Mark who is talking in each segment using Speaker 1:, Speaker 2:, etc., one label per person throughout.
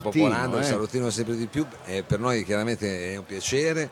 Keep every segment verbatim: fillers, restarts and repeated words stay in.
Speaker 1: popolando
Speaker 2: eh.
Speaker 1: il salottino sempre di più, e per noi chiaramente è un piacere,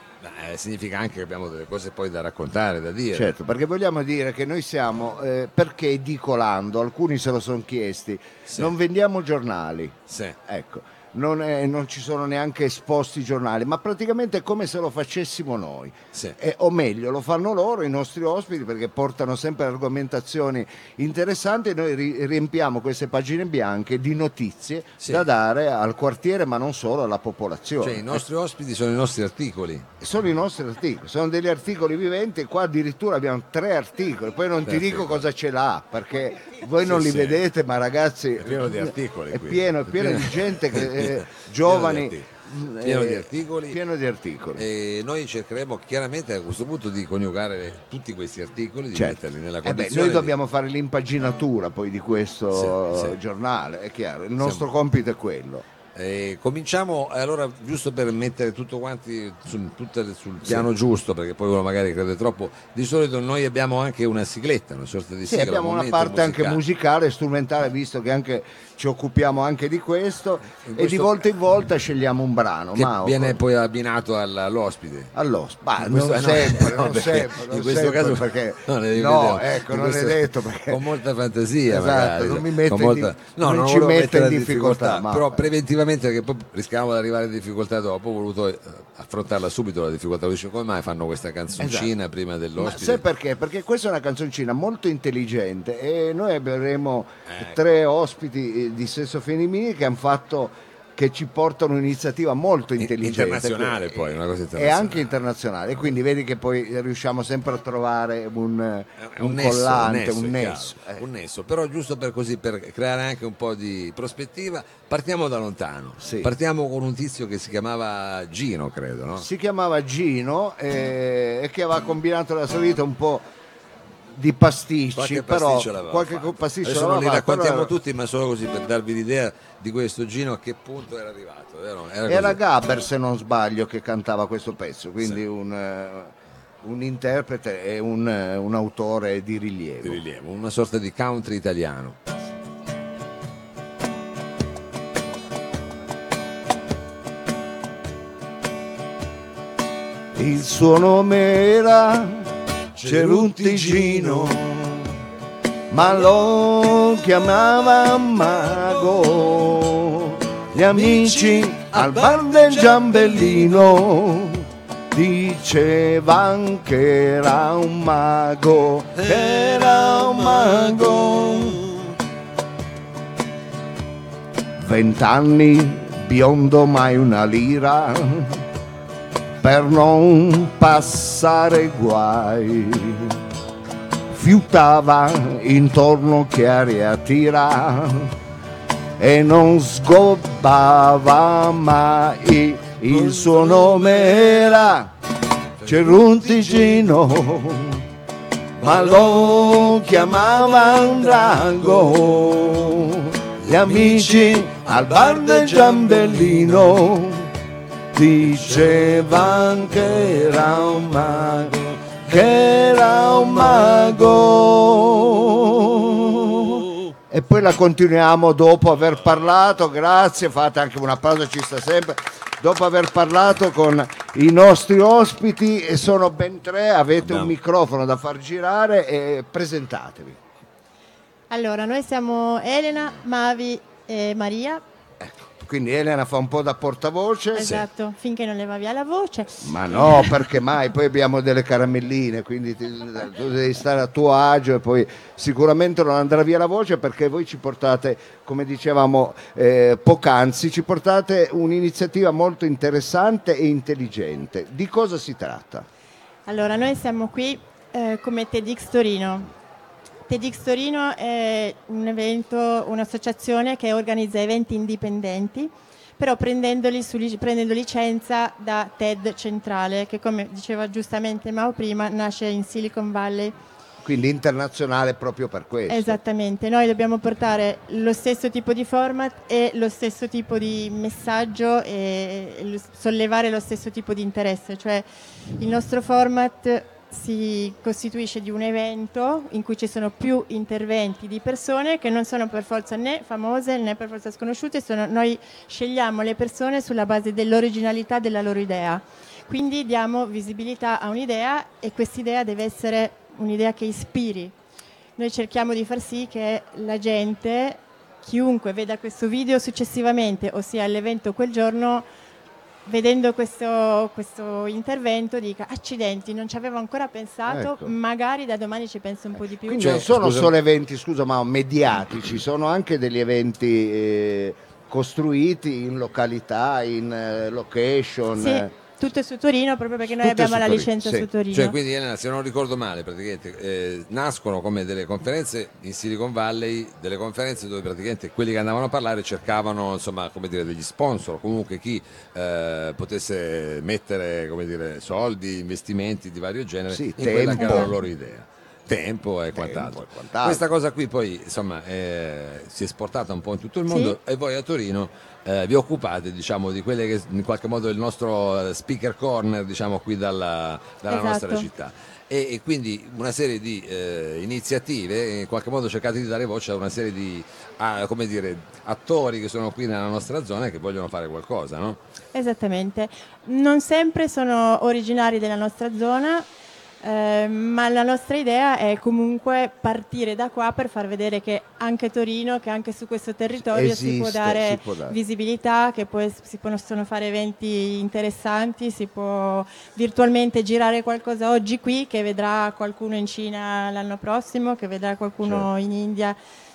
Speaker 1: ma significa anche che abbiamo delle cose poi da raccontare, da dire.
Speaker 2: Certo, perché vogliamo dire che noi siamo, eh, perché edicolando, alcuni se lo sono chiesti,
Speaker 1: Sì.
Speaker 2: non vendiamo giornali,
Speaker 1: Sì.
Speaker 2: ecco. Non, è, non ci sono neanche esposti giornali, ma praticamente è come se lo facessimo noi.
Speaker 1: Sì.
Speaker 2: Eh, o meglio, lo fanno loro, i nostri ospiti, perché portano sempre argomentazioni interessanti e noi ri- riempiamo queste pagine bianche di notizie
Speaker 1: Sì.
Speaker 2: da dare al quartiere, ma non solo, alla popolazione.
Speaker 1: Cioè i nostri ospiti sono i nostri articoli.
Speaker 2: Sono i nostri articoli, sono degli articoli viventi, qua addirittura abbiamo tre articoli, poi non
Speaker 1: Tre
Speaker 2: ti dico
Speaker 1: articoli.
Speaker 2: cosa ce l'ha, perché voi
Speaker 1: Sì,
Speaker 2: non li
Speaker 1: sì.
Speaker 2: vedete, ma ragazzi
Speaker 1: È pieno di articoli
Speaker 2: è
Speaker 1: qui.
Speaker 2: pieno, è
Speaker 1: È
Speaker 2: pieno
Speaker 1: pieno-
Speaker 2: di gente che, eh,
Speaker 1: Pieno
Speaker 2: giovani,
Speaker 1: di articoli.
Speaker 2: mh,
Speaker 1: Pieno
Speaker 2: eh,
Speaker 1: di articoli.
Speaker 2: pieno di articoli.
Speaker 1: E noi cercheremo chiaramente a questo punto di coniugare tutti questi articoli, di
Speaker 2: Certo.
Speaker 1: metterli nella
Speaker 2: Eh beh,
Speaker 1: condizione
Speaker 2: noi
Speaker 1: di-
Speaker 2: dobbiamo fare l'impaginatura poi di questo
Speaker 1: Sì, sì.
Speaker 2: giornale, è chiaro, il nostro
Speaker 1: Siamo-
Speaker 2: compito è quello.
Speaker 1: Eh, cominciamo allora, giusto per mettere tutto quanti sul, tutte- sul piano giusto, perché poi uno magari crede troppo. Di solito noi abbiamo anche una sigletta, una sorta di
Speaker 2: Sì,
Speaker 1: sigla,
Speaker 2: abbiamo
Speaker 1: un
Speaker 2: una
Speaker 1: momento
Speaker 2: parte anche
Speaker 1: musicale.
Speaker 2: musicale, strumentale, visto che anche ci occupiamo anche di questo,
Speaker 1: In
Speaker 2: e
Speaker 1: questo-
Speaker 2: di volta in volta scegliamo un brano.
Speaker 1: che
Speaker 2: Mao,
Speaker 1: viene
Speaker 2: co-
Speaker 1: poi abbinato all- all'ospite.
Speaker 2: all'ospite. Ma
Speaker 1: In questo-
Speaker 2: non
Speaker 1: no,
Speaker 2: sempre,
Speaker 1: no,
Speaker 2: non
Speaker 1: perché
Speaker 2: sempre, non
Speaker 1: in questo
Speaker 2: sempre,
Speaker 1: caso
Speaker 2: perché
Speaker 1: no, ne devi
Speaker 2: no,
Speaker 1: vedere.
Speaker 2: ecco,
Speaker 1: In
Speaker 2: non
Speaker 1: questo-
Speaker 2: è detto perché
Speaker 1: con molta fantasia,
Speaker 2: esatto,
Speaker 1: magari,
Speaker 2: non mi
Speaker 1: con
Speaker 2: mette in
Speaker 1: molta-
Speaker 2: di-
Speaker 1: no,
Speaker 2: non
Speaker 1: non
Speaker 2: ci
Speaker 1: volevo
Speaker 2: mette
Speaker 1: mettere
Speaker 2: in
Speaker 1: a
Speaker 2: difficoltà, ma-
Speaker 1: però preventivamente, perché poi rischiamo di arrivare in difficoltà dopo, ho voluto eh, affrontarla subito la difficoltà. Dice, come mai fanno questa canzoncina
Speaker 2: Esatto.
Speaker 1: prima
Speaker 2: Ma
Speaker 1: dell'ospite?
Speaker 2: sai perché? Perché questa è una canzoncina molto intelligente e noi avremo
Speaker 1: Ecco.
Speaker 2: tre ospiti eh, di sesso femminile che hanno fatto, che ci portano un'iniziativa molto intelligente.
Speaker 1: Internazionale,
Speaker 2: que-
Speaker 1: poi, una cosa
Speaker 2: E
Speaker 1: internazionale.
Speaker 2: anche internazionale. E quindi vedi che poi riusciamo sempre a trovare un,
Speaker 1: È
Speaker 2: un
Speaker 1: nesso,
Speaker 2: collante,
Speaker 1: un
Speaker 2: un
Speaker 1: nesso, è
Speaker 2: nesso.
Speaker 1: chiaro,
Speaker 2: eh.
Speaker 1: un nesso. Però giusto per così, per creare anche un po' di prospettiva, partiamo da lontano.
Speaker 2: Sì.
Speaker 1: Partiamo con un tizio che si chiamava Gino, credo, no?
Speaker 2: Si chiamava Gino eh, e che aveva combinato nella sua vita un po' di pasticci,
Speaker 1: Qualche
Speaker 2: però
Speaker 1: pasticcio l'aveva
Speaker 2: qualche
Speaker 1: fatto.
Speaker 2: pasticcio
Speaker 1: Adesso non li
Speaker 2: l'aveva fatto,
Speaker 1: raccontiamo
Speaker 2: però
Speaker 1: tutti, ma solo così per darvi l'idea di questo Gino a che punto era arrivato, vero? Era,
Speaker 2: Era
Speaker 1: così.
Speaker 2: Gaber, se non sbaglio, che cantava questo pezzo, quindi
Speaker 1: Sì.
Speaker 2: un, eh, un interprete e un, eh, un autore di rilievo.
Speaker 1: Di rilievo, una sorta di country italiano.
Speaker 2: Il suo nome era Ceruntigino, ma lo chiamava Mago. Gli amici al bar del Giambellino dicevano che era un mago, che era un mago. Vent'anni, biondo mai una lira, per non passare guai. Fiutava intorno che aria tira e non sgobbava mai. Il suo nome era Ceruntigino, ma lo chiamavano Drago. Gli amici al bar del Giambellino dicevano che era un mago, che era un mago. E poi la continuiamo dopo aver parlato, grazie, fate anche un applauso, ci sta sempre. Dopo aver parlato con i nostri ospiti, e sono ben tre, avete
Speaker 1: Abbiamo-
Speaker 2: un microfono da far girare e presentatevi.
Speaker 3: Allora, noi siamo Elena, Mavi e Maria.
Speaker 2: Quindi Elena fa un po' da portavoce.
Speaker 3: Esatto, finché non leva via la voce.
Speaker 2: Ma no, perché mai? Poi abbiamo delle caramelline, quindi ti- tu devi stare a tuo agio e poi sicuramente non andrà via la voce, perché voi ci portate, come dicevamo eh, poc'anzi, ci portate un'iniziativa molto interessante e intelligente. Di cosa si tratta?
Speaker 3: Allora, noi siamo qui eh, come TEDx Torino. TEDx Torino è un evento, un'associazione che organizza eventi indipendenti, però prendendoli su, lic- prendendo licenza da TED Centrale, che come diceva giustamente Mao prima, nasce in Silicon Valley.
Speaker 2: Quindi internazionale proprio per questo.
Speaker 3: Esattamente, noi dobbiamo portare lo stesso tipo di format e lo stesso tipo di messaggio e e lo- sollevare lo stesso tipo di interesse, cioè il nostro format si costituisce di un evento in cui ci sono più interventi di persone che non sono per forza né famose né per forza sconosciute, sono, noi scegliamo le persone sulla base dell'originalità della loro idea, quindi diamo visibilità a un'idea e quest'idea deve essere un'idea che ispiri. Noi cerchiamo di far sì che la gente, chiunque veda questo video successivamente o sia all'evento quel giorno, vedendo questo, questo intervento dica accidenti, non ci avevo ancora pensato,
Speaker 2: Ecco.
Speaker 3: magari da domani ci penso un po' di più.
Speaker 2: Quindi
Speaker 1: Cioè,
Speaker 2: non sono
Speaker 1: scusa-
Speaker 2: solo eventi, scusa, ma mediatici, sono anche degli eventi eh, costruiti in località, in eh, location.
Speaker 3: Sì,
Speaker 2: eh.
Speaker 3: tutto è su Torino proprio perché noi
Speaker 2: Tutto è
Speaker 3: abbiamo
Speaker 2: su
Speaker 3: la
Speaker 2: Torino,
Speaker 3: licenza
Speaker 2: sì.
Speaker 3: su Torino.
Speaker 1: Cioè, quindi Elena, se non ricordo male, praticamente eh, nascono come delle conferenze in Silicon Valley, delle conferenze dove praticamente quelli che andavano a parlare cercavano, insomma, come dire, degli sponsor, comunque chi eh, potesse mettere, come dire, soldi, investimenti di vario genere
Speaker 2: Sì,
Speaker 1: in quella che
Speaker 2: tempo.
Speaker 1: era la loro idea. Tempo e quant'altro.
Speaker 2: e quant'altro.
Speaker 1: Questa cosa qui poi insomma eh, si è esportata un po' in tutto il mondo
Speaker 3: Sì.
Speaker 1: e voi a Torino eh, vi occupate, diciamo, di quelle che in qualche modo è il nostro eh, speaker corner, diciamo, qui dalla, dalla
Speaker 3: Esatto.
Speaker 1: nostra città. E, e quindi una serie di eh, iniziative, in qualche modo cercate di dare voce a una serie di ah, come dire, attori che sono qui nella nostra zona e che vogliono fare qualcosa, no?
Speaker 3: Esattamente, non sempre sono originari della nostra zona, eh, ma la nostra idea è comunque partire da qua per far vedere che anche Torino, che anche su questo territorio si può
Speaker 2: Esiste,
Speaker 3: dare
Speaker 2: si può dare.
Speaker 3: visibilità, che poi si possono fare eventi interessanti, si può virtualmente girare qualcosa oggi qui che vedrà qualcuno in Cina l'anno prossimo, che vedrà qualcuno in India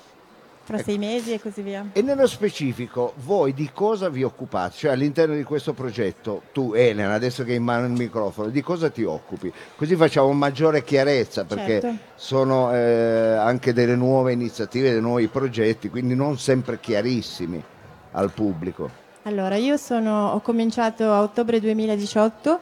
Speaker 3: fra sei mesi e così via.
Speaker 2: E nello specifico, voi di cosa vi occupate? Cioè all'interno di questo progetto, tu Elena, adesso che hai in mano il microfono, di cosa ti occupi? Così facciamo maggiore chiarezza, perché
Speaker 3: Certo.
Speaker 2: sono eh, anche delle nuove iniziative, dei nuovi progetti, quindi non sempre chiarissimi al pubblico.
Speaker 3: Allora, io sono, ho cominciato a ottobre duemiladiciotto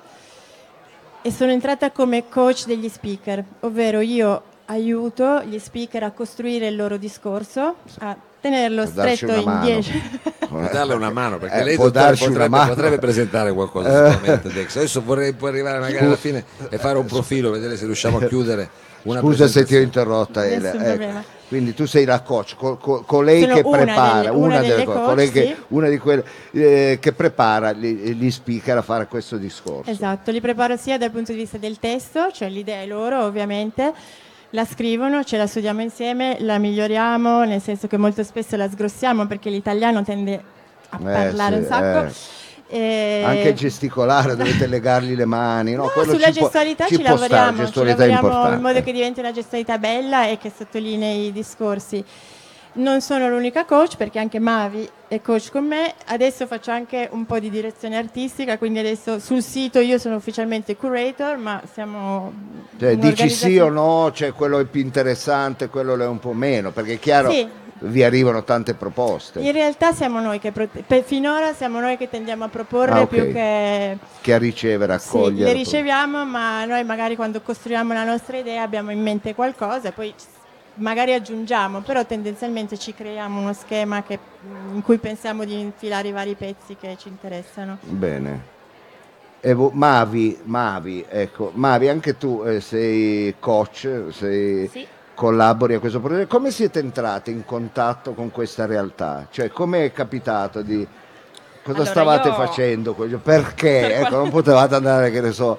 Speaker 3: e sono entrata come coach degli speaker, ovvero io aiuto gli speaker a costruire il loro discorso, a tenerlo
Speaker 2: Per darci
Speaker 3: stretto
Speaker 2: una
Speaker 3: in
Speaker 2: mano.
Speaker 3: dieci.
Speaker 1: Può darle una mano perché
Speaker 2: Eh,
Speaker 1: lei
Speaker 2: può
Speaker 1: dottore,
Speaker 2: darci una
Speaker 1: potrebbe,
Speaker 2: mano.
Speaker 1: potrebbe presentare qualcosa sicuramente Dex. Adesso vorrei poi arrivare magari alla fine e fare un profilo, vedere se riusciamo a chiudere una
Speaker 2: Scusa se ti ho
Speaker 1: presentazione.
Speaker 2: interrotta,
Speaker 3: Nessun
Speaker 2: Elena. Ecco.
Speaker 3: problema.
Speaker 2: Quindi tu sei la coach, co- co- colei
Speaker 3: Sono
Speaker 2: che
Speaker 3: una
Speaker 2: prepara,
Speaker 3: delle- una delle
Speaker 2: co-
Speaker 3: coach,
Speaker 2: colei che-
Speaker 3: sì.
Speaker 2: una di quelle eh, che prepara gli, gli speaker a fare questo discorso.
Speaker 3: Esatto, li preparo sia dal punto di vista del testo, cioè l'idea è loro ovviamente, la scrivono, ce la studiamo insieme, la miglioriamo, nel senso che molto spesso la sgrossiamo perché l'italiano tende a
Speaker 2: Eh,
Speaker 3: parlare
Speaker 2: sì,
Speaker 3: un sacco.
Speaker 2: eh.
Speaker 3: E-
Speaker 2: Anche gesticolare, dovete legargli le mani, no?
Speaker 3: No,
Speaker 2: Quello
Speaker 3: sulla
Speaker 2: ci può-
Speaker 3: gestualità
Speaker 2: ci
Speaker 3: ci,
Speaker 2: può stare,
Speaker 3: lavoriamo, ci
Speaker 2: gestualità è
Speaker 3: lavoriamo
Speaker 2: importante.
Speaker 3: in modo che diventi una gestualità bella e che sottolinei i discorsi. Non sono l'unica coach perché anche Mavi è coach con me, adesso faccio anche un po' di direzione artistica, quindi adesso sul sito io sono ufficialmente curator, ma siamo
Speaker 2: Cioè, dici
Speaker 3: un'organizzazione-
Speaker 2: sì o no, cioè quello è più interessante, quello è un po' meno, perché è chiaro,
Speaker 3: Sì.
Speaker 2: vi arrivano tante proposte
Speaker 3: In realtà siamo noi che pro- per- finora siamo noi che tendiamo a proporre
Speaker 2: Ah, ok.
Speaker 3: più che
Speaker 2: che a ricevere,
Speaker 3: sì,
Speaker 2: accogliere.
Speaker 3: le riceviamo, ma noi magari quando costruiamo la nostra idea abbiamo in mente qualcosa e poi magari aggiungiamo, però tendenzialmente ci creiamo uno schema che- in cui pensiamo di infilare i vari pezzi che ci interessano.
Speaker 2: Bene. Evo- Mavi, Mavi, ecco, Mavi, anche tu eh, sei coach, sei,
Speaker 4: Sì.
Speaker 2: collabori a questo progetto. Come siete entrati in contatto con questa realtà? Cioè, come è capitato di... Cosa
Speaker 4: Allora,
Speaker 2: stavate
Speaker 4: io-
Speaker 2: facendo? quello- Perché?
Speaker 4: Per
Speaker 2: Ecco,
Speaker 4: qual-
Speaker 2: non potevate andare, che ne so,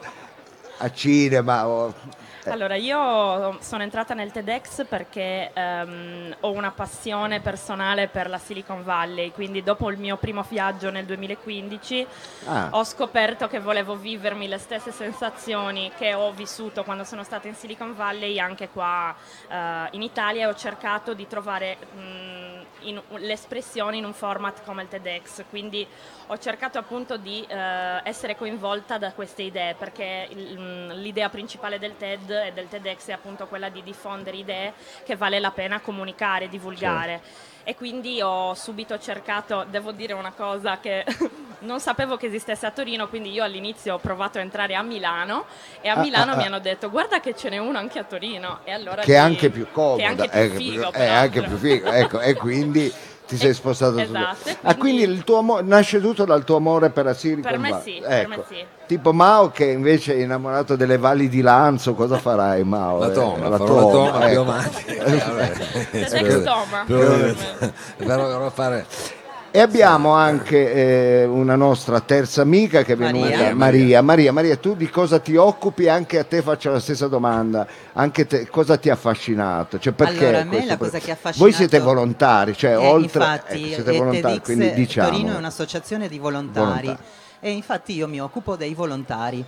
Speaker 2: a cinema o...
Speaker 4: Allora, io sono entrata nel TEDx perché ehm, ho una passione personale per la Silicon Valley, quindi dopo il mio primo viaggio nel duemilaquindici
Speaker 2: Ah.
Speaker 4: ho scoperto che volevo vivermi le stesse sensazioni che ho vissuto quando sono stata in Silicon Valley anche qua eh, in Italia e ho cercato di trovare mh, in- l'espressione in un format come il TEDx, quindi ho cercato appunto di eh, essere coinvolta da queste idee perché il- mh, l'idea principale del TED e del TEDx è appunto quella di diffondere idee che vale la pena comunicare, divulgare. E quindi ho subito cercato, devo dire una cosa che non sapevo che esistesse a Torino, quindi io all'inizio ho provato a entrare a Milano e a
Speaker 2: Ah,
Speaker 4: Milano
Speaker 2: ah,
Speaker 4: mi
Speaker 2: ah.
Speaker 4: hanno detto guarda che ce n'è uno anche a Torino e allora
Speaker 2: Che è
Speaker 4: di-
Speaker 2: anche più comodo,
Speaker 4: che è anche più
Speaker 2: ecco,
Speaker 4: figo,
Speaker 2: è anche
Speaker 4: peraltro.
Speaker 2: più figo, ecco, e quindi ti sei
Speaker 4: Eh,
Speaker 2: spostato
Speaker 4: esatto,
Speaker 2: su.
Speaker 4: e
Speaker 2: Ah, quindi
Speaker 4: quindi-
Speaker 2: il tuo amo- nasce tutto dal tuo amore per la Silicon
Speaker 4: Per me
Speaker 2: Valley.
Speaker 4: sì, per
Speaker 2: Ecco.
Speaker 4: me sì.
Speaker 2: Tipo Mao che invece è innamorato delle valli di Lanzo, cosa farai Mao?
Speaker 1: La
Speaker 2: Eh,
Speaker 1: toma,
Speaker 2: la
Speaker 1: farò la
Speaker 2: toma,
Speaker 1: toma più
Speaker 2: ecco.
Speaker 1: avanti.
Speaker 4: The next Toma.
Speaker 1: Però però fare
Speaker 2: E abbiamo anche eh, una nostra terza amica che è
Speaker 5: Maria.
Speaker 2: venuta,
Speaker 1: Maria,
Speaker 2: Maria. Maria, Maria, tu di cosa ti occupi? Anche a te faccio la stessa domanda. Anche te, cosa ti ha affascinato? Cioè, perché
Speaker 5: Allora, a me
Speaker 2: questo
Speaker 5: la
Speaker 2: pro-
Speaker 5: cosa che ha affascinato...
Speaker 2: Voi siete volontari, cioè
Speaker 5: Eh,
Speaker 2: oltre...
Speaker 5: infatti,
Speaker 2: ecco, siete
Speaker 5: eh,
Speaker 2: volontari,
Speaker 5: TEDx
Speaker 2: quindi diciamo...
Speaker 5: Torino è un'associazione di volontari.
Speaker 2: Volontari.
Speaker 5: E infatti io mi occupo dei volontari.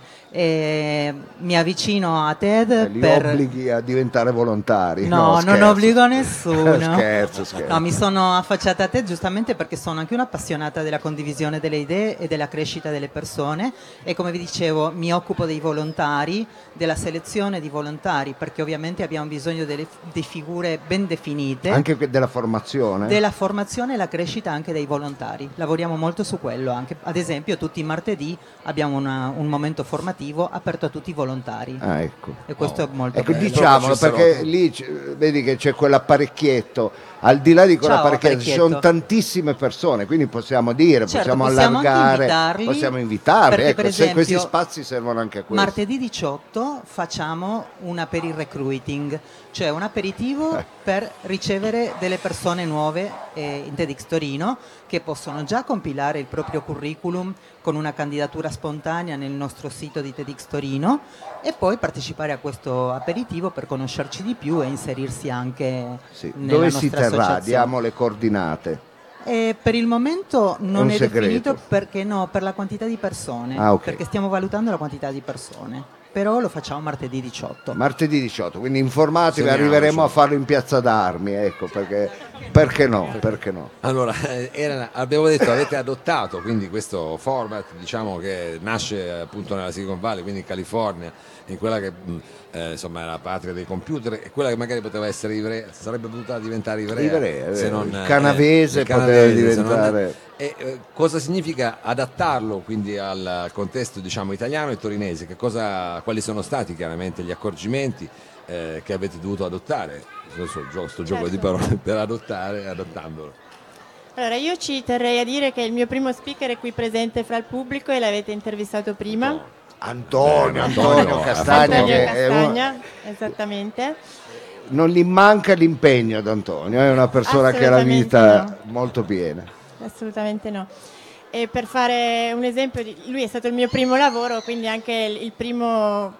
Speaker 5: E mi avvicino a TED
Speaker 2: Eh, li
Speaker 5: per...
Speaker 2: obblighi a diventare volontari?
Speaker 5: No, non
Speaker 2: scherzo.
Speaker 5: obbligo nessuno.
Speaker 2: Scherzo, scherzo.
Speaker 5: No, mi sono affacciata a te giustamente perché sono anche un'appassionata della condivisione delle idee e della crescita delle persone e come vi dicevo mi occupo dei volontari, della selezione di volontari perché ovviamente abbiamo bisogno delle, di figure ben definite.
Speaker 2: Anche que- della formazione?
Speaker 5: Della formazione e la crescita anche dei volontari. Lavoriamo molto su quello anche. Ad esempio tutti i martedì abbiamo una- un momento formativo aperto a tutti i volontari.
Speaker 2: Ah, ecco.
Speaker 5: E questo è molto
Speaker 2: Ecco,
Speaker 5: bello.
Speaker 2: diciamolo
Speaker 1: Ci sarò.
Speaker 2: perché lì c- vedi che c'è quell'apparecchietto, al di là di quell'apparecchietto ci
Speaker 5: apparecchietto.
Speaker 2: sono tantissime persone, quindi possiamo dire,
Speaker 5: Certo,
Speaker 2: possiamo
Speaker 5: possiamo anche
Speaker 2: allargare,
Speaker 5: invitarli,
Speaker 2: possiamo invitarli,
Speaker 5: perché,
Speaker 2: ecco,
Speaker 5: per
Speaker 2: se questi
Speaker 5: esempio,
Speaker 2: spazi servono anche a questo.
Speaker 5: Martedì diciotto facciamo una per il recruiting, cioè un aperitivo
Speaker 2: Eh.
Speaker 5: per ricevere delle persone nuove eh, in TEDx Torino che possono già compilare il proprio curriculum con una candidatura spontanea nel nostro sito di TEDx Torino e poi partecipare a questo aperitivo per conoscerci di più e inserirsi anche
Speaker 2: Sì.
Speaker 5: nella
Speaker 2: Dove
Speaker 5: nostra
Speaker 2: si terrà?
Speaker 5: associazione.
Speaker 2: Diamo le coordinate.
Speaker 5: Eh, per il momento non
Speaker 2: un
Speaker 5: è,
Speaker 2: segreto.
Speaker 5: definito perché no, per la quantità di persone,
Speaker 2: Ah, ok.
Speaker 5: perché stiamo valutando la quantità di persone, però lo facciamo martedì diciotto.
Speaker 2: Martedì diciotto, quindi informatevi,
Speaker 1: Segniamoci.
Speaker 2: arriveremo a farlo in Piazza d'Armi, ecco, perché, perché no, perché no.
Speaker 1: Allora, eh, Elena, abbiamo detto avete adottato quindi questo format, diciamo che nasce appunto nella Silicon Valley, quindi in California, in quella che mh, eh, insomma è la patria dei computer e quella che magari poteva essere Ivrea, sarebbe potuta diventare Ivrea,
Speaker 2: Ivrea,
Speaker 1: se
Speaker 2: eh,
Speaker 1: non,
Speaker 2: il canavese
Speaker 1: il
Speaker 2: poteva
Speaker 1: canavese, se non-
Speaker 2: diventare-
Speaker 1: e, eh, cosa significa adattarlo quindi al, al contesto diciamo italiano e torinese? Che cosa, quali sono stati chiaramente gli accorgimenti eh, che avete dovuto adottare? Questo gioco, sto gioco
Speaker 3: Certo.
Speaker 1: di parole per adottare, adattandolo.
Speaker 3: Allora, io ci terrei a dire che il mio primo speaker è qui presente fra il pubblico e l'avete intervistato prima.
Speaker 2: Antonio,
Speaker 1: Eh,
Speaker 2: Antonio
Speaker 1: Antonio,
Speaker 2: Castagna,
Speaker 3: Antonio
Speaker 2: che è uno-
Speaker 3: Castagna, esattamente.
Speaker 2: non gli manca l'impegno ad Antonio, è una persona che ha la
Speaker 3: Assolutamente
Speaker 2: vita molto piena.
Speaker 3: Assolutamente no. E per fare un esempio, di, lui è stato il mio primo lavoro, quindi anche il, il primo,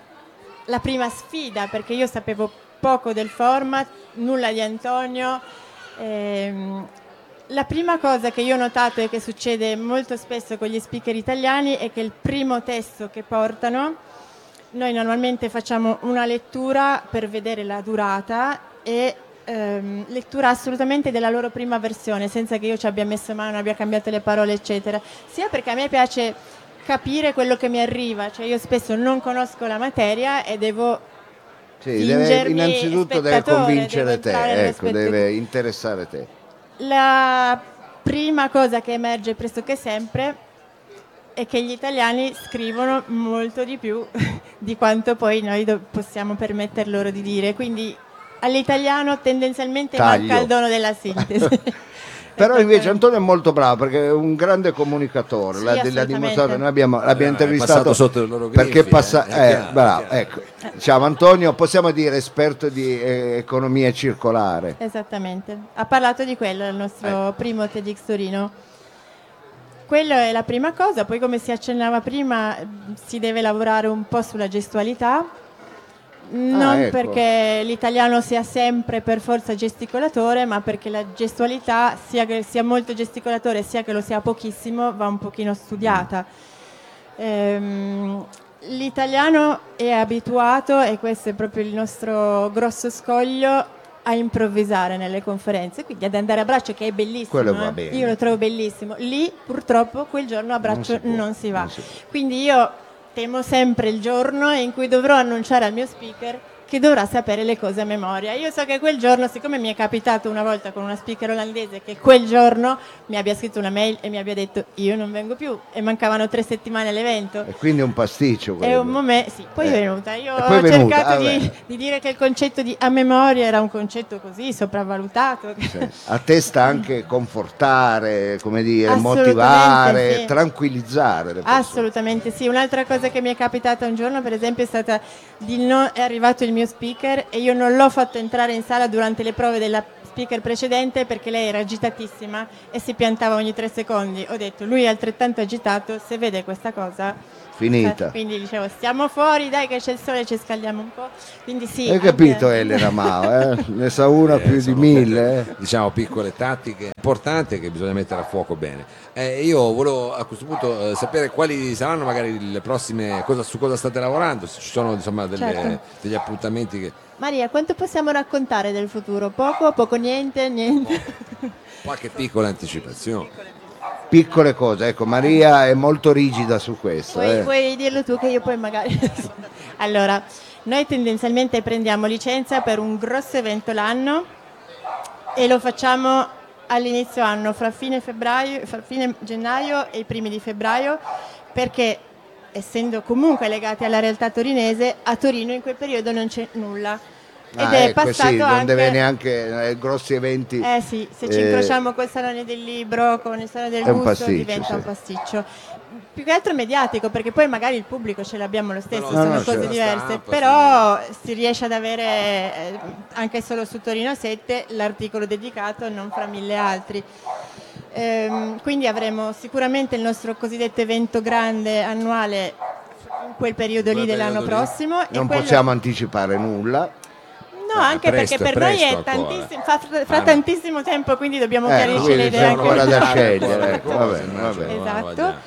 Speaker 3: la prima sfida, perché io sapevo poco del format, nulla di Antonio. Ehm, la prima cosa che io ho notato e che succede molto spesso con gli speaker italiani è che il primo testo che portano, noi normalmente facciamo una lettura per vedere la durata e ehm, lettura assolutamente della loro prima versione, senza che io ci abbia messo mano, abbia cambiato le parole, eccetera. Sia perché a me piace capire quello che mi arriva, cioè io spesso non conosco la materia e devo
Speaker 2: Sì, deve,
Speaker 3: fingermi
Speaker 2: innanzitutto deve
Speaker 3: spettatore,
Speaker 2: convincere
Speaker 3: devo entrare
Speaker 2: te,
Speaker 3: nello
Speaker 2: ecco,
Speaker 3: spettatore.
Speaker 2: deve interessare te.
Speaker 3: La prima cosa che emerge pressoché sempre è che gli italiani scrivono molto di più di quanto poi noi do- possiamo permetter loro di dire, quindi all'italiano tendenzialmente
Speaker 2: Taglio.
Speaker 3: manca il dono della sintesi.
Speaker 2: Però invece Antonio è molto bravo perché è un grande comunicatore,
Speaker 3: Sì,
Speaker 2: l'ha, l'ha
Speaker 3: assolutamente.
Speaker 2: dimostrato, noi abbiamo, l'abbiamo
Speaker 1: Eh, è
Speaker 2: intervistato
Speaker 1: passato sotto i loro
Speaker 2: perché
Speaker 1: griffi,
Speaker 2: passa,
Speaker 1: eh, è
Speaker 2: eh,
Speaker 1: chiaro,
Speaker 2: bravo,
Speaker 1: è chiaro.
Speaker 2: ecco. Diciamo Antonio, possiamo dire esperto di eh, economia circolare.
Speaker 3: Esattamente, ha parlato di quello il nostro
Speaker 2: Eh.
Speaker 3: primo TEDx Torino. Quello è la prima cosa, poi come si accennava prima si deve lavorare un po' sulla gestualità, non
Speaker 2: Ah, ecco.
Speaker 3: perché l'italiano sia sempre per forza gesticolatore, ma perché la gestualità, sia che sia molto gesticolatore sia che lo sia pochissimo, va un pochino studiata. Ehm, l'italiano è abituato, e questo è proprio il nostro grosso scoglio, a improvvisare nelle conferenze, quindi ad andare a braccio, che è bellissimo.
Speaker 2: Quello va
Speaker 3: eh.
Speaker 2: bene.
Speaker 3: Io lo trovo bellissimo. Lì purtroppo quel giorno a braccio
Speaker 2: Non si può,
Speaker 3: non si va.
Speaker 2: non si può.
Speaker 3: Quindi io temo sempre il giorno in cui dovrò annunciare al mio speaker che dovrà sapere le cose a memoria. Io so che quel giorno, siccome mi è capitato una volta con una speaker olandese che quel giorno mi abbia scritto una mail e mi abbia detto io non vengo più, e mancavano tre settimane all'evento.
Speaker 2: E quindi è un pasticcio
Speaker 3: È
Speaker 2: quello.
Speaker 3: un momento, sì, poi
Speaker 2: Eh.
Speaker 3: è venuta. Io
Speaker 2: E poi
Speaker 3: ho
Speaker 2: è venuta,
Speaker 3: cercato
Speaker 2: ah,
Speaker 3: di,
Speaker 2: beh.
Speaker 3: di dire che il concetto di a memoria era un concetto così sopravvalutato.
Speaker 2: Sì. A te sta anche confortare, come dire,
Speaker 3: Assolutamente
Speaker 2: motivare,
Speaker 3: sì.
Speaker 2: tranquillizzare le persone.
Speaker 3: Assolutamente sì. Un'altra cosa che mi è capitata un giorno, per esempio, è stata di non è arrivato il mio speaker e io non l'ho fatto entrare in sala durante le prove della speaker precedente perché lei era agitatissima e si piantava ogni tre secondi. Ho detto, lui è altrettanto agitato, se vede questa cosa
Speaker 2: Finita.
Speaker 3: quindi dicevo, stiamo fuori, dai che c'è il sole, ci scaldiamo un po'. Quindi sì.
Speaker 2: Hai
Speaker 3: anche-
Speaker 2: capito Elena Mao? Eh? Ne sa una
Speaker 1: Eh,
Speaker 2: più
Speaker 1: sono
Speaker 2: di mille. eh?
Speaker 1: diciamo piccole tattiche importanti che bisogna mettere a fuoco bene. Eh, io volevo a questo punto eh, sapere quali saranno magari le prossime, cosa, su cosa state lavorando, se ci sono insomma delle-
Speaker 3: Certo.
Speaker 1: degli appuntamenti che
Speaker 3: Maria, quanto possiamo raccontare del futuro? Poco, poco, niente, niente.
Speaker 1: qualche piccola anticipazione.
Speaker 2: Piccole cose, ecco, Maria è molto rigida su questo.
Speaker 3: Puoi,
Speaker 2: eh.
Speaker 3: puoi dirlo tu che io poi magari... Allora, noi tendenzialmente prendiamo licenza per un grosso evento l'anno e lo facciamo all'inizio anno, fra fine febbraio, fra fine gennaio e i primi di febbraio, perché essendo comunque legati alla realtà torinese, a Torino in quel periodo non c'è nulla. Ed
Speaker 2: Ah,
Speaker 3: è
Speaker 2: ecco,
Speaker 3: passato
Speaker 2: sì, non
Speaker 3: anche...
Speaker 2: deve neanche eh, grossi eventi.
Speaker 3: Eh sì, se ci
Speaker 2: eh,
Speaker 3: incrociamo col Salone del Libro, con il Salone del
Speaker 2: È un
Speaker 3: Gusto,
Speaker 2: pasticcio,
Speaker 3: diventa
Speaker 2: sì.
Speaker 3: un pasticcio. Più che altro mediatico, perché poi magari il pubblico ce l'abbiamo lo stesso,
Speaker 1: No, no,
Speaker 3: sono
Speaker 2: no,
Speaker 3: cose
Speaker 2: certo.
Speaker 3: diverse,
Speaker 1: Stampa,
Speaker 3: però si riesce ad avere, eh, anche solo su Torino sette, l'articolo dedicato, non fra mille altri. Ehm, quindi avremo sicuramente il nostro cosiddetto evento grande annuale in quel periodo
Speaker 1: In
Speaker 3: lì
Speaker 1: quel
Speaker 3: dell'anno
Speaker 1: periodo lì.
Speaker 3: prossimo. e
Speaker 2: Non
Speaker 3: quello-
Speaker 2: possiamo anticipare nulla.
Speaker 3: No,
Speaker 1: Eh,
Speaker 3: anche
Speaker 1: presto,
Speaker 3: perché per
Speaker 1: è
Speaker 3: noi
Speaker 1: presto
Speaker 3: è
Speaker 1: ancora.
Speaker 3: tantissimo, fa, fra
Speaker 1: Ah, no.
Speaker 3: tantissimo tempo, quindi dobbiamo
Speaker 2: Eh,
Speaker 3: chiarirci
Speaker 2: quindi
Speaker 3: le
Speaker 2: c'è
Speaker 3: idee.
Speaker 2: ancora
Speaker 3: anche-
Speaker 2: da
Speaker 1: Ancora
Speaker 2: scegliere.
Speaker 1: ancora
Speaker 2: Ecco,
Speaker 1: cose,
Speaker 2: va bene, va
Speaker 1: immagino.
Speaker 2: bene.
Speaker 1: No, no,
Speaker 3: Esatto.
Speaker 1: vediamo.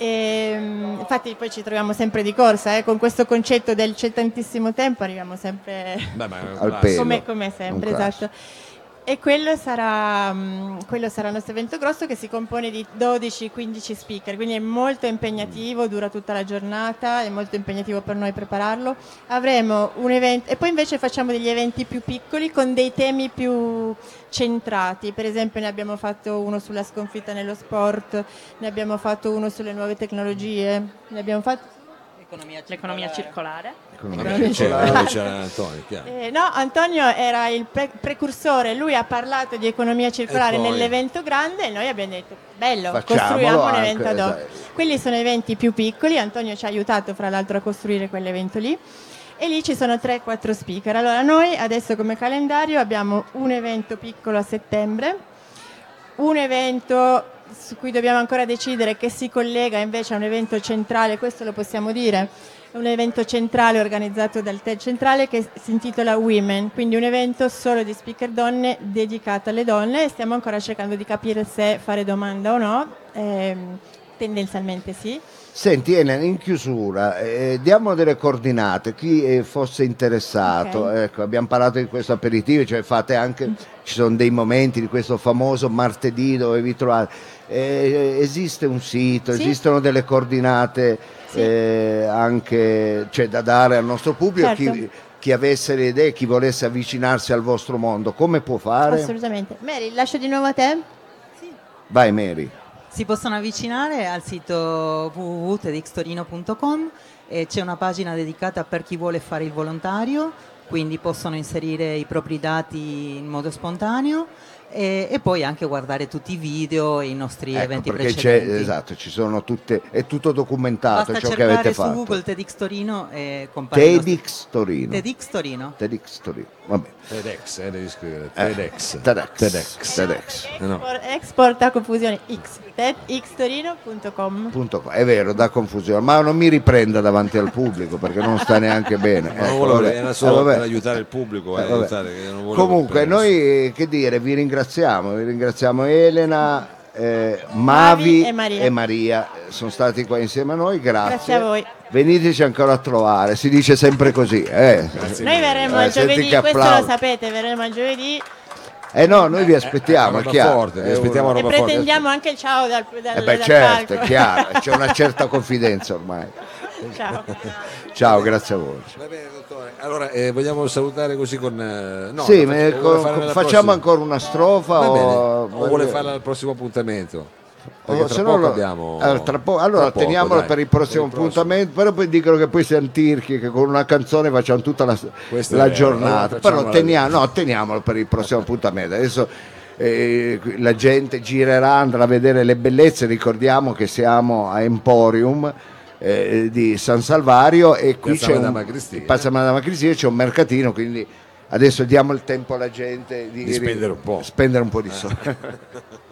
Speaker 3: Ehm, infatti poi ci troviamo sempre di corsa, eh, con questo concetto del c'è tantissimo tempo arriviamo sempre
Speaker 1: Beh, ma è un
Speaker 2: Al
Speaker 1: classico.
Speaker 2: pelo.
Speaker 3: come, come sempre,
Speaker 2: Un classico.
Speaker 3: esatto. E quello sarà, mh, quello sarà il nostro evento grosso che si compone di dodici quindici speaker, quindi è molto impegnativo, dura tutta la giornata, è molto impegnativo per noi prepararlo. Avremo un evento e poi invece facciamo degli eventi più piccoli con dei temi più centrati, per esempio ne abbiamo fatto uno sulla sconfitta nello sport, ne abbiamo fatto uno sulle nuove tecnologie, ne abbiamo fatto...
Speaker 4: L'economia circolare.
Speaker 1: Vabbè, c'era, c'era Antonio, chiaro.
Speaker 3: Eh, no, Antonio era il pre- precursore, lui ha parlato di economia circolare
Speaker 1: E poi?
Speaker 3: nell'evento grande e noi abbiamo detto bello,
Speaker 2: Facciamolo
Speaker 3: costruiamo un
Speaker 2: anche,
Speaker 3: evento ad hoc.
Speaker 2: esatto.
Speaker 3: Quelli sono eventi più piccoli, Antonio ci ha aiutato fra l'altro a costruire quell'evento lì e lì ci sono tre quattro speaker. Allora noi adesso come calendario abbiamo un evento piccolo a settembre, un evento su cui dobbiamo ancora decidere che si collega invece a un evento centrale, questo lo possiamo dire, è un evento centrale organizzato dal T E D centrale che si intitola Women, quindi un evento solo di speaker donne dedicato alle donne e stiamo ancora cercando di capire se fare domanda o no, ehm, tendenzialmente sì.
Speaker 2: Senti Elena, in chiusura, eh, diamo delle coordinate, chi eh, fosse interessato,
Speaker 3: Ok.
Speaker 2: ecco, abbiamo parlato di questo aperitivo, cioè fate anche, ci sono dei momenti di questo famoso martedì dove vi trovate, eh, esiste un sito,
Speaker 3: Sì.
Speaker 2: esistono delle coordinate
Speaker 3: Sì.
Speaker 2: eh, anche cioè, da dare al nostro pubblico,
Speaker 3: Certo.
Speaker 2: chi, chi avesse le idee, chi volesse avvicinarsi al vostro mondo, come può fare?
Speaker 3: Assolutamente. Mary, lascio di nuovo a te.
Speaker 2: Vai Mary.
Speaker 5: Si possono avvicinare al sito w w w punto tedxtorino punto com e c'è una pagina dedicata per chi vuole fare il volontario, quindi possono inserire i propri dati in modo spontaneo e, e poi anche guardare tutti i video e i nostri
Speaker 2: Ecco,
Speaker 5: eventi
Speaker 2: perché c'è,
Speaker 5: precedenti.
Speaker 2: esatto, ci sono tutte, è tutto documentato
Speaker 5: Basta
Speaker 2: ciò che
Speaker 5: cercare
Speaker 2: avete
Speaker 5: su
Speaker 2: fatto.
Speaker 5: Google TEDx Torino e compare il nostro-
Speaker 2: TEDx Torino.
Speaker 5: TEDx Torino.
Speaker 2: TEDx Torino, vabbè.
Speaker 1: TEDx, eh, devi scrivere.
Speaker 2: Eh,
Speaker 1: TEDx.
Speaker 2: TEDx.
Speaker 1: TEDx.
Speaker 2: TEDx.
Speaker 1: Eh, no.
Speaker 3: Export, export a confusione X, tedxtorino punto com.
Speaker 2: Punto com. È vero, da confusione, ma non mi riprenda davanti al pubblico perché non sta neanche bene.
Speaker 1: Ma non
Speaker 2: Ecco,
Speaker 1: volevo,
Speaker 2: vabbè.
Speaker 1: era solo
Speaker 2: Eh, vabbè.
Speaker 1: per aiutare il pubblico, eh,
Speaker 2: Eh, vabbè.
Speaker 1: aiutare, che non volevo
Speaker 2: Comunque,
Speaker 1: prendere-
Speaker 2: noi eh, che dire, vi ringraziamo, vi ringraziamo Elena, eh, Mavi
Speaker 3: Mavi e Maria.
Speaker 2: e Maria, eh, sono stati qua insieme a noi, grazie.
Speaker 3: Grazie a voi.
Speaker 2: Veniteci ancora a trovare, si dice sempre così. Eh,
Speaker 1: Grazie
Speaker 3: Noi
Speaker 1: mille.
Speaker 3: verremo
Speaker 2: Eh,
Speaker 3: il
Speaker 2: senti
Speaker 3: giovedì,
Speaker 2: che
Speaker 3: questo lo
Speaker 2: applauso.
Speaker 3: sapete, verremo il giovedì
Speaker 2: eh no, noi vi aspettiamo,
Speaker 1: Eh,
Speaker 2: è
Speaker 1: roba
Speaker 2: chiaro.
Speaker 1: forte, vi
Speaker 2: È
Speaker 1: aspettiamo
Speaker 2: una-
Speaker 3: e
Speaker 1: roba forte.
Speaker 3: pretendiamo anche il ciao dal, dal,
Speaker 2: Eh beh
Speaker 3: dal
Speaker 2: certo, è
Speaker 3: palco.
Speaker 2: chiaro, c'è una certa confidenza ormai.
Speaker 3: Ciao.
Speaker 2: Ciao, grazie a voi.
Speaker 1: Va bene, dottore. Allora, eh, vogliamo salutare così con... eh, no,
Speaker 2: sì,
Speaker 1: la
Speaker 2: me-
Speaker 1: facciamo-
Speaker 2: con-
Speaker 1: vuole farla nella
Speaker 2: facciamo
Speaker 1: prossima?
Speaker 2: ancora una strofa
Speaker 1: Va bene.
Speaker 2: o,
Speaker 1: O vuole farla al prossimo appuntamento? Perché
Speaker 2: o
Speaker 1: tra
Speaker 2: se no
Speaker 1: poco
Speaker 2: lo-
Speaker 1: abbiamo...
Speaker 2: allora, tra po- allora
Speaker 1: tra poco,
Speaker 2: teniamolo
Speaker 1: dai,
Speaker 2: per il prossimo
Speaker 1: per il prossimo.
Speaker 2: appuntamento, però poi dicono che poi siamo tirchi, che con una canzone facciamo tutta la,
Speaker 1: Questo è
Speaker 2: la
Speaker 1: vero.
Speaker 2: giornata.
Speaker 1: Allora
Speaker 2: Però
Speaker 1: facciamola-
Speaker 2: teniamo, no, teniamolo per il prossimo appuntamento. Adesso eh, la gente girerà, andrà a vedere le bellezze. Ricordiamo che siamo a Emporium eh, di San Salvario e qui
Speaker 1: Piazza
Speaker 2: c'è
Speaker 1: Madama
Speaker 2: un,
Speaker 1: Cristina.
Speaker 2: Piazza Madama Cristina, c'è un mercatino, quindi adesso diamo il tempo alla gente di,
Speaker 1: Di spendere un po'.
Speaker 2: spendere un po' di soldi.